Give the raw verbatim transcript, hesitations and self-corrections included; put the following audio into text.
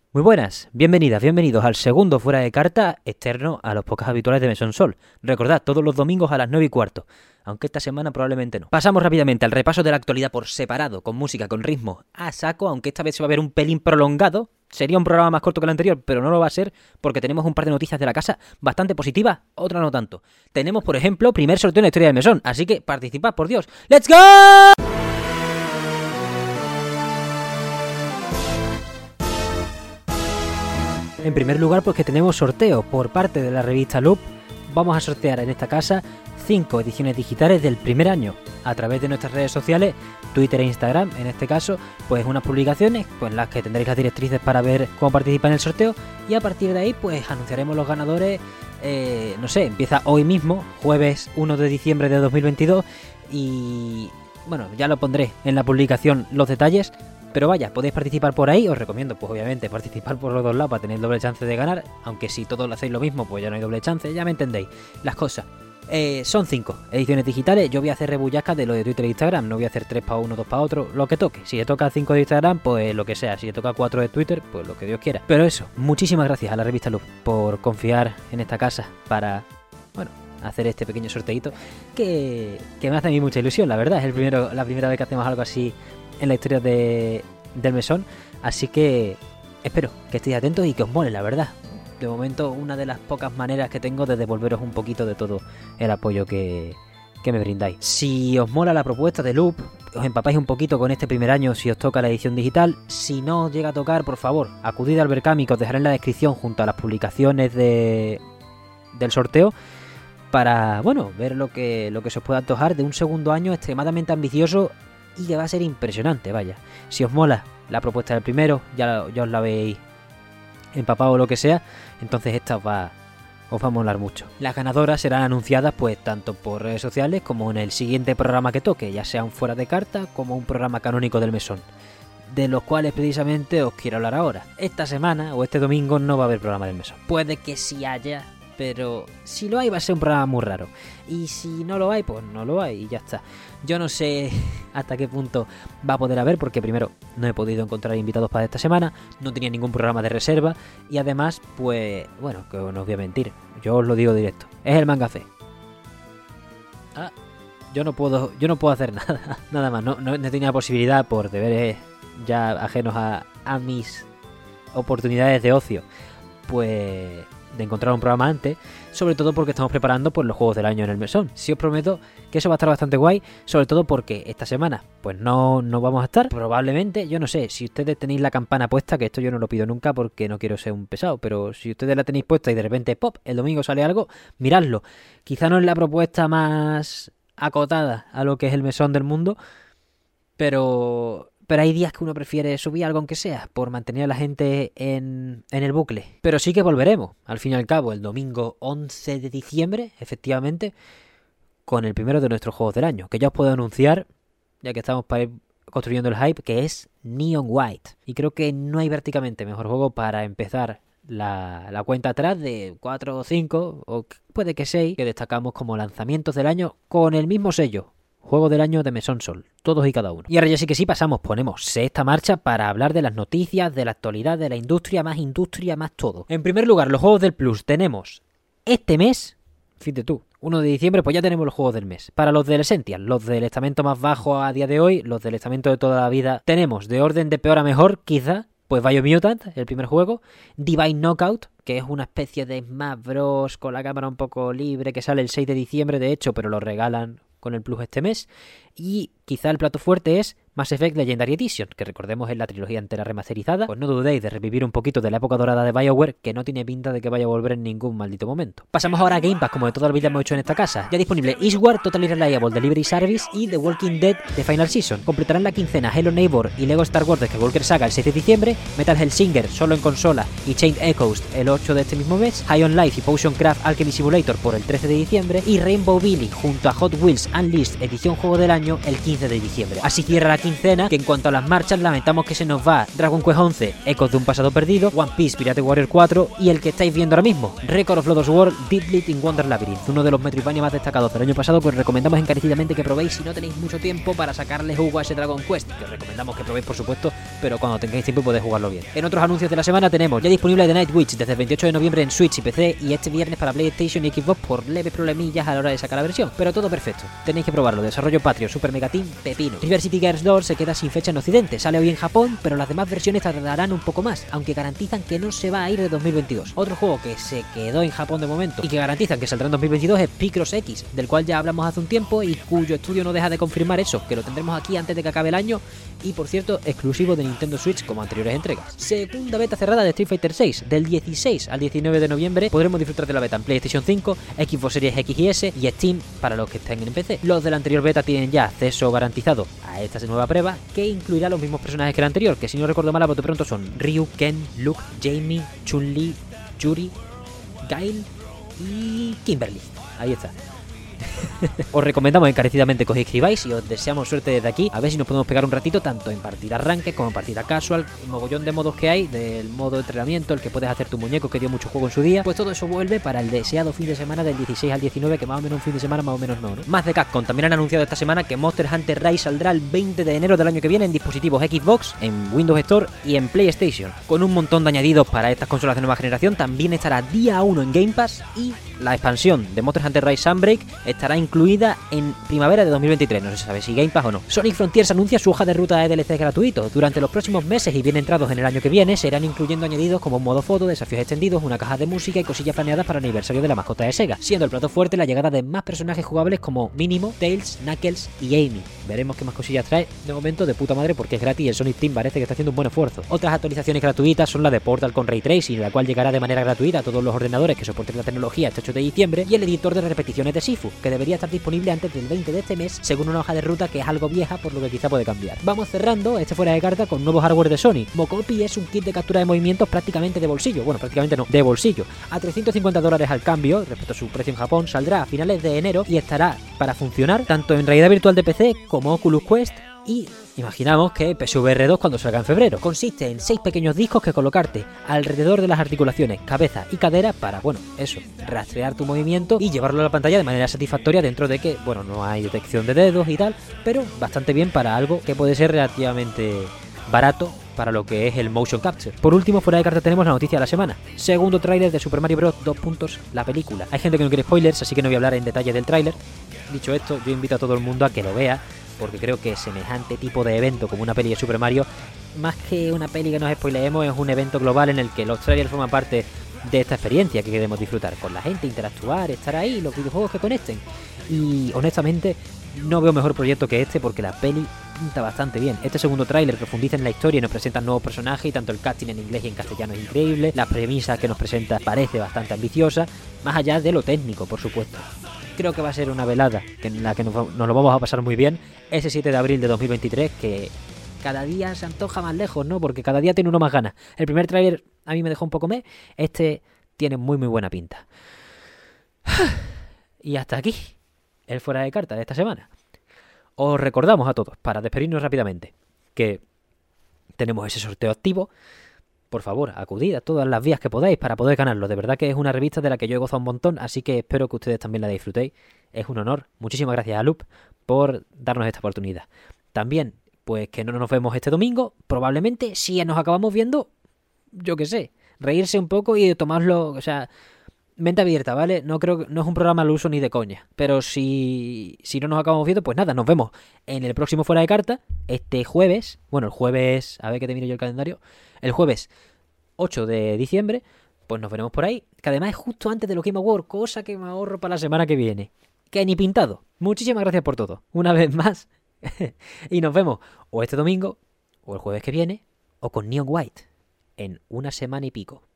Muy buenas, bienvenidas, bienvenidos al segundo Fuera de Carta externo a los podcasts habituales de Mesón Sol. Recordad, todos los domingos a las nueve y cuarto, aunque esta semana probablemente no. Pasamos rápidamente al repaso de la actualidad por separado, con música, con ritmo, a saco, aunque esta vez se va a ver un pelín prolongado. Sería un programa más corto que el anterior, pero no lo va a ser porque tenemos un par de noticias de la casa bastante positivas, otra no tanto. Tenemos, por ejemplo, primer sorteo en la historia del mesón, así que participad, por Dios. ¡Let's go! En primer lugar, pues que tenemos sorteo por parte de la revista Loop. Vamos a sortear en esta casa cinco ediciones digitales del primer año a través de nuestras redes sociales, Twitter e Instagram, en este caso, pues unas publicaciones pues las que tendréis las directrices para ver cómo participar en el sorteo, y a partir de ahí pues anunciaremos los ganadores. Eh, no sé, empieza hoy mismo, jueves uno de diciembre de dos mil veintidós, y bueno, ya lo pondré en la publicación los detalles. Pero vaya, podéis participar por ahí, os recomiendo pues obviamente participar por los dos lados para tener doble chance de ganar, aunque si todos lo hacéis lo mismo pues ya no hay doble chance, ya me entendéis las cosas. Eh, son cinco ediciones digitales, yo voy a hacer rebullascas de lo de Twitter e Instagram, no voy a hacer tres para uno, dos para otro, lo que toque. Si le toca cinco de Instagram, pues lo que sea, si le toca cuatro de Twitter, pues lo que Dios quiera. Pero eso, muchísimas gracias a la revista Loop por confiar en esta casa para, bueno, hacer este pequeño sorteito que, que me hace a mí mucha ilusión, la verdad. Es el primero, la primera vez que hacemos algo así en la historia de, del mesón, así que espero que estéis atentos y que os mole, la verdad. De momento, una de las pocas maneras que tengo de devolveros un poquito de todo el apoyo que, que me brindáis. Si os mola la propuesta de Loop, os empapáis un poquito con este primer año si os toca la edición digital. Si no os llega a tocar, por favor, acudid al Berkami, que os dejaré en la descripción junto a las publicaciones de, del sorteo, para, bueno, ver lo que, lo que se os pueda antojar de un segundo año extremadamente ambicioso y que va a ser impresionante, vaya. Si os mola la propuesta del primero, ya, ya os la habéis empapado o lo que sea, entonces esta os va, os va a molar mucho. Las ganadoras serán anunciadas pues tanto por redes sociales como en el siguiente programa que toque, ya sea un Fuera de Carta como un programa canónico del mesón, de los cuales precisamente os quiero hablar ahora. Esta semana o este domingo no va a haber programa del mesón. Puede que sí haya, pero si lo hay va a ser un programa muy raro. Y si no lo hay, pues no lo hay y ya está. Yo no sé hasta qué punto va a poder haber, porque primero no he podido encontrar invitados para esta semana, no tenía ningún programa de reserva, y además, pues, bueno, que no os voy a mentir, yo os lo digo directo, es el Mangafé. Ah, yo no puedo, yo no puedo hacer nada, nada más, no, no, no tenía posibilidad por deberes ya ajenos a, a mis oportunidades de ocio, pues de encontrar un programa antes, sobre todo porque estamos preparando pues los juegos del año en el mesón. Si os prometo que eso va a estar bastante guay, sobre todo porque esta semana pues no, no vamos a estar, probablemente, yo no sé, si ustedes tenéis la campana puesta, que esto yo no lo pido nunca porque no quiero ser un pesado, pero si ustedes la tenéis puesta y de repente pop, el domingo sale algo, miradlo. Quizá no es la propuesta más acotada a lo que es el mesón del mundo, pero... Pero hay días que uno prefiere subir algo aunque sea, por mantener a la gente en, en el bucle. Pero sí que volveremos, al fin y al cabo, el domingo once de diciembre, efectivamente, con el primero de nuestros juegos del año, que ya os puedo anunciar, ya que estamos para ir construyendo el hype, que es Neon White. Y creo que no hay prácticamente mejor juego para empezar la, la cuenta atrás de cuatro o cinco, o puede que seis, que destacamos como lanzamientos del año con el mismo sello. Juego del año de Mesón Sol, todos y cada uno. Y ahora ya sí que sí pasamos, ponemos sexta marcha para hablar de las noticias, de la actualidad, de la industria, más industria, más todo. En primer lugar, los juegos del Plus tenemos este mes, fíjate tú, uno de diciembre, pues ya tenemos los juegos del mes. Para los del Essential, los del estamento más bajo a día de hoy, los del estamento de toda la vida, tenemos de orden de peor a mejor, quizá, pues Biomutant, el primer juego, Divine Knockout, que es una especie de Smash Bros con la cámara un poco libre, que sale el seis de diciembre de hecho, pero lo regalan con el Plus este mes, y quizá el plato fuerte es Mass Effect Legendary Edition, que recordemos es la trilogía entera remasterizada. Pues no dudéis de revivir un poquito de la época dorada de BioWare, que no tiene pinta de que vaya a volver en ningún maldito momento. Pasamos ahora a Game Pass, como de toda la vida hemos hecho en esta casa. Ya disponible Eastward Totally Reliable Delivery Service y The Walking Dead The Final Season. Completarán la quincena Hello Neighbor y Lego Star Wars The Skywalker Saga el seis de diciembre, Metal Hellsinger solo en consola y Chained Echoes el ocho de este mismo mes, High on Life y Potion Craft Alchemy Simulator por el trece de diciembre, y Rainbow Billy junto a Hot Wheels Unleashed edición juego del año año el quince de diciembre. Así cierra la quincena, que en cuanto a las marchas lamentamos que se nos va Dragon Quest once, Ecos de un pasado perdido, One Piece Pirate Warrior cuatro y el que estáis viendo ahora mismo, Record of Lodoss War Deep Lit in Wonder Labyrinth, uno de los Metroidvania más destacados del año pasado, que os recomendamos encarecidamente que probéis si no tenéis mucho tiempo para sacarle jugo a ese Dragon Quest, que os recomendamos que probéis por supuesto, pero cuando tengáis tiempo podéis jugarlo bien. En otros anuncios de la semana tenemos ya disponible The Night Witch desde el veintiocho de noviembre en Switch y P C, y este viernes para PlayStation y Xbox por leves problemillas a la hora de sacar la versión, pero todo perfecto. Tenéis que probarlo. Desarrollo patrio, Super Mega Team, pepino. River City Girls dos se queda sin fecha en Occidente, sale hoy en Japón, pero las demás versiones tardarán un poco más, aunque garantizan que no se va a ir de dos mil veintidós. Otro juego que se quedó en Japón de momento y que garantizan que saldrá en dos mil veintidós es Picross X, del cual ya hablamos hace un tiempo y cuyo estudio no deja de confirmar eso, que lo tendremos aquí antes de que acabe el año y, por cierto, exclusivo de Nintendo Switch como anteriores entregas. Segunda beta cerrada de Street Fighter seis, del dieciséis al diecinueve de noviembre podremos disfrutar de la beta en PlayStation cinco, Xbox Series X y S y Steam para los que estén en P C. Los de la anterior beta tienen ya acceso garantizado a esta nueva prueba, que incluirá los mismos personajes que la anterior, que si no recuerdo mal a bote pronto son Ryu, Ken, Luke, Jamie, Chun-Li, Yuri, Gail y Kimberly. Ahí está. Os recomendamos encarecidamente que os inscribáis y os deseamos suerte desde aquí, a ver si nos podemos pegar un ratito tanto en partida ranked como en partida casual, el mogollón de modos que hay, del modo de entrenamiento, el que puedes hacer tu muñeco que dio mucho juego en su día, pues todo eso vuelve para el deseado fin de semana del dieciséis al diecinueve, que más o menos un fin de semana más o menos no, ¿no? Más de Capcom, también han anunciado esta semana que Monster Hunter Rise saldrá el veinte de enero del año que viene en dispositivos Xbox, en Windows Store y en PlayStation, con un montón de añadidos para estas consolas de nueva generación. También estará día uno en Game Pass y la expansión de Monster Hunter Rise Sunbreak estará incluida en primavera de dos mil veintitrés, no se sabe si Game Pass o no. Sonic Frontiers anuncia su hoja de ruta de D L C gratuitos. Durante los próximos meses y bien entrados en el año que viene se irán incluyendo añadidos como un modo foto, desafíos extendidos, una caja de música y cosillas planeadas para el aniversario de la mascota de Sega, siendo el plato fuerte la llegada de más personajes jugables como Mínimo, Tails, Knuckles y Amy. Veremos qué más cosillas trae. De momento de puta madre porque es gratis y el Sonic Team parece que está haciendo un buen esfuerzo. Otras actualizaciones gratuitas son la de Portal con Ray Tracing, la cual llegará de manera gratuita a todos los ordenadores que soporten la tecnología este ocho de diciembre, y el editor de repeticiones de Sifu, que debería estar disponible antes del veinte de este mes, según una hoja de ruta que es algo vieja, por lo que quizá puede cambiar. Vamos cerrando este fuera de carta con nuevos hardware de Sony. Mocopi es un kit de captura de movimientos prácticamente de bolsillo, bueno, prácticamente no, de bolsillo, a trescientos cincuenta dólares al cambio respecto a su precio en Japón. Saldrá a finales de enero y estará para funcionar tanto en realidad virtual de P C como Oculus Quest, y imaginamos que P S V R dos cuando salga en febrero. Consiste en seis pequeños discos que colocarte alrededor de las articulaciones, cabeza y cadera para, bueno, eso, rastrear tu movimiento y llevarlo a la pantalla de manera satisfactoria, dentro de que, bueno, no hay detección de dedos y tal, pero bastante bien para algo que puede ser relativamente barato para lo que es el motion capture. Por último, fuera de carta tenemos la noticia de la semana. Segundo tráiler de Super Mario Bros. dos puntos, la película. Hay gente que no quiere spoilers, así que no voy a hablar en detalle del tráiler. Dicho esto, yo invito a todo el mundo a que lo vea, porque creo que semejante tipo de evento como una peli de Super Mario, más que una peli que nos spoileemos, es un evento global en el que los trailers forman parte de esta experiencia que queremos disfrutar con la gente, interactuar, estar ahí, los videojuegos que conecten. Y honestamente no veo mejor proyecto que este, porque la peli pinta bastante bien. Este segundo tráiler profundiza en la historia y nos presenta nuevos personajes, y tanto el casting en inglés y en castellano es increíble. La premisa que nos presenta parece bastante ambiciosa, más allá de lo técnico, por supuesto. Creo que va a ser una velada en la que nos, nos lo vamos a pasar muy bien ese siete de abril de dos mil veintitrés, que cada día se antoja más lejos, ¿no? Porque cada día tiene uno más ganas. El primer tráiler a mí me dejó un poco meh, este tiene muy muy buena pinta. Y hasta aquí el fuera de carta de esta semana. Os recordamos a todos, para despedirnos rápidamente, que tenemos ese sorteo activo. Por favor, acudid a todas las vías que podáis para poder ganarlo. De verdad que es una revista de la que yo he gozado un montón, así que espero que ustedes también la disfrutéis. Es un honor. Muchísimas gracias a Loop por darnos esta oportunidad. También, pues que no nos vemos este domingo. Probablemente, si nos acabamos viendo, yo qué sé, reírse un poco y tomarlo, o sea, mente abierta, ¿vale? No creo que no es un programa al uso ni de coña. Pero si, si no nos acabamos viendo, pues nada, nos vemos en el próximo Fuera de Carta, este jueves. Bueno, el jueves, a ver que te miro yo el calendario. El jueves ocho de diciembre, pues nos veremos por ahí. Que además es justo antes de los Game Awards, cosa que me ahorro para la semana que viene. Que ni pintado. Muchísimas gracias por todo, una vez más. Y nos vemos o este domingo, o el jueves que viene, o con Neon White, en una semana y pico.